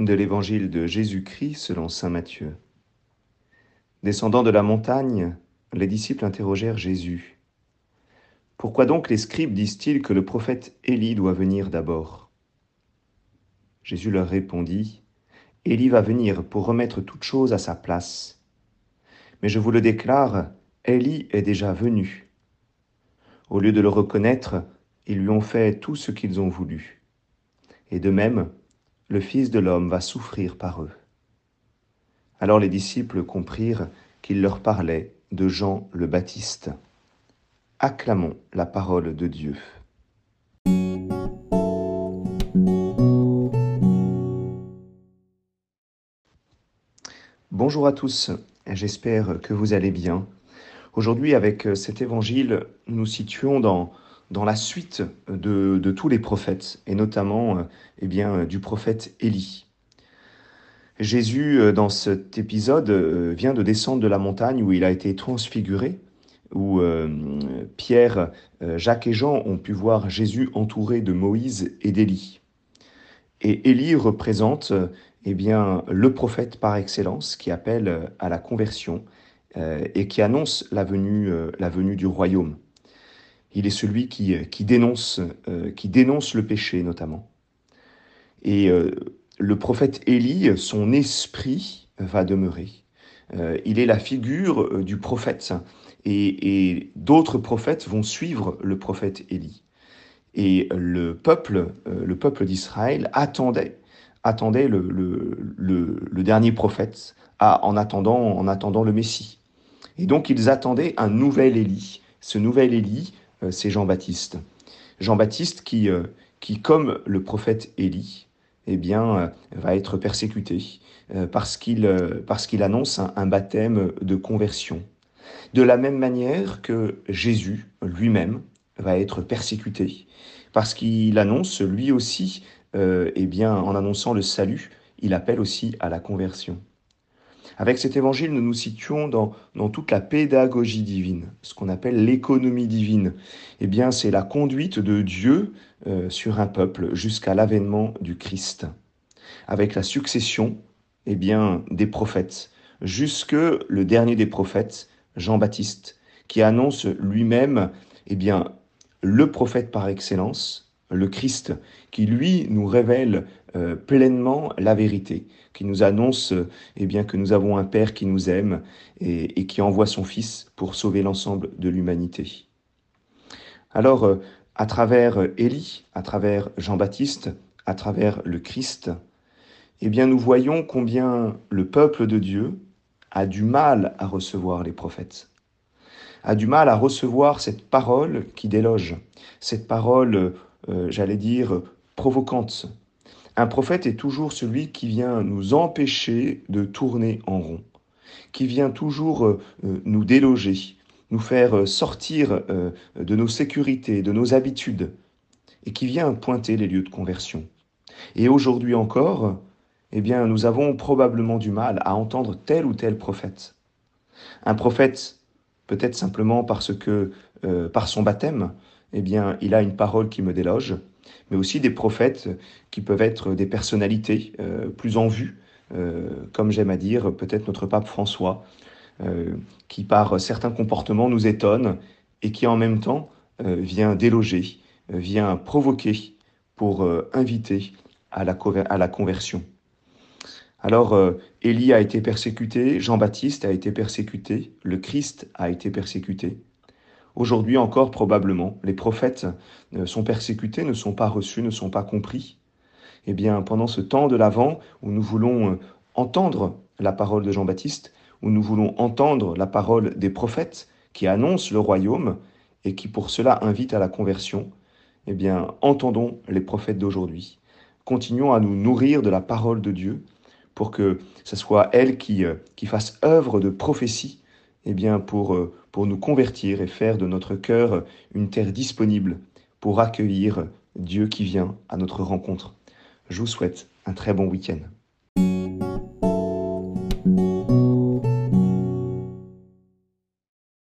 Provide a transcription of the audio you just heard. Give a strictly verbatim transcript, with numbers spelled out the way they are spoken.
De l'évangile de Jésus-Christ selon saint Matthieu. Descendant de la montagne, les disciples interrogèrent Jésus. « Pourquoi donc les scribes disent-ils que le prophète Élie doit venir d'abord ?» Jésus leur répondit, « Élie va venir pour remettre toute chose à sa place. Mais je vous le déclare, Élie est déjà venu. Au lieu de le reconnaître, ils lui ont fait tout ce qu'ils ont voulu. Et de même, le Fils de l'homme va souffrir par eux. » Alors les disciples comprirent qu'il leur parlait de Jean le Baptiste. Acclamons la parole de Dieu. Bonjour à tous, j'espère que vous allez bien. Aujourd'hui, avec cet évangile, nous nous situons dans, dans la suite de, de tous les prophètes, et notamment eh bien, du prophète Élie. Jésus, dans cet épisode, vient de descendre de la montagne où il a été transfiguré, où euh, Pierre, Jacques et Jean ont pu voir Jésus entouré de Moïse et d'Élie. Et Élie représente eh bien, le prophète par excellence qui appelle à la conversion euh, et qui annonce la venue, euh, la venue du royaume. Il est celui qui, qui, dénonce, euh, qui dénonce le péché notamment. Et euh, le prophète Élie, son esprit va demeurer. Euh, il est la figure du prophète. Et, et d'autres prophètes vont suivre le prophète Élie. Et le peuple, euh, le peuple d'Israël attendait, attendait le, le, le, le dernier prophète à, en, attendant, en attendant le Messie. Et donc ils attendaient un nouvel Élie. Ce nouvel Élie, euh, c'est Jean-Baptiste. Jean-Baptiste qui, euh, qui, comme le prophète Élie, eh bien, euh, va être persécuté euh, parce qu'il euh, parce qu'il annonce un, un baptême de conversion. De la même manière que Jésus lui-même va être persécuté parce qu'il annonce lui aussi, euh, eh bien, en annonçant le salut, il appelle aussi à la conversion. Avec cet évangile, nous nous situons dans, dans toute la pédagogie divine, ce qu'on appelle l'économie divine. Eh bien, c'est la conduite de Dieu euh, sur un peuple jusqu'à l'avènement du Christ, avec la succession eh bien, des prophètes, jusque le dernier des prophètes, Jean-Baptiste, qui annonce lui-même eh bien, le prophète par excellence, le Christ, qui lui nous révèle euh, pleinement la vérité, qui nous annonce euh, eh bien, que nous avons un Père qui nous aime et, et qui envoie son Fils pour sauver l'ensemble de l'humanité. Alors, euh, à travers Élie, à travers Jean-Baptiste, à travers le Christ, eh bien, nous voyons combien le peuple de Dieu a du mal à recevoir les prophètes, a du mal à recevoir cette parole qui déloge, cette parole, euh, j'allais dire, provocante. Un prophète est toujours celui qui vient nous empêcher de tourner en rond, qui vient toujours euh, nous déloger, nous faire sortir euh, de nos sécurités, de nos habitudes, et qui vient pointer les lieux de conversion. Et aujourd'hui encore, eh bien, nous avons probablement du mal à entendre tel ou tel prophète. Un prophète, peut-être simplement parce que, euh, par son baptême, eh bien, il a une parole qui me déloge, mais aussi des prophètes qui peuvent être des personnalités euh, plus en vue, euh, comme j'aime à dire, peut-être notre pape François, euh, qui par certains comportements nous étonne et qui en même temps euh, vient déloger, euh, vient provoquer pour euh, inviter à la, à la conversion. Alors, euh, Élie a été persécuté, Jean-Baptiste a été persécuté, le Christ a été persécuté. Aujourd'hui encore, probablement, les prophètes euh, sont persécutés, ne sont pas reçus, ne sont pas compris. Eh bien, pendant ce temps de l'Avent, où nous voulons euh, entendre la parole de Jean-Baptiste, où nous voulons entendre la parole des prophètes qui annoncent le royaume et qui pour cela invitent à la conversion, eh bien, entendons les prophètes d'aujourd'hui. Continuons à nous nourrir de la parole de Dieu, pour que ce soit elle qui, qui fasse œuvre de prophétie eh bien pour, pour nous convertir et faire de notre cœur une terre disponible pour accueillir Dieu qui vient à notre rencontre. Je vous souhaite un très bon week-end.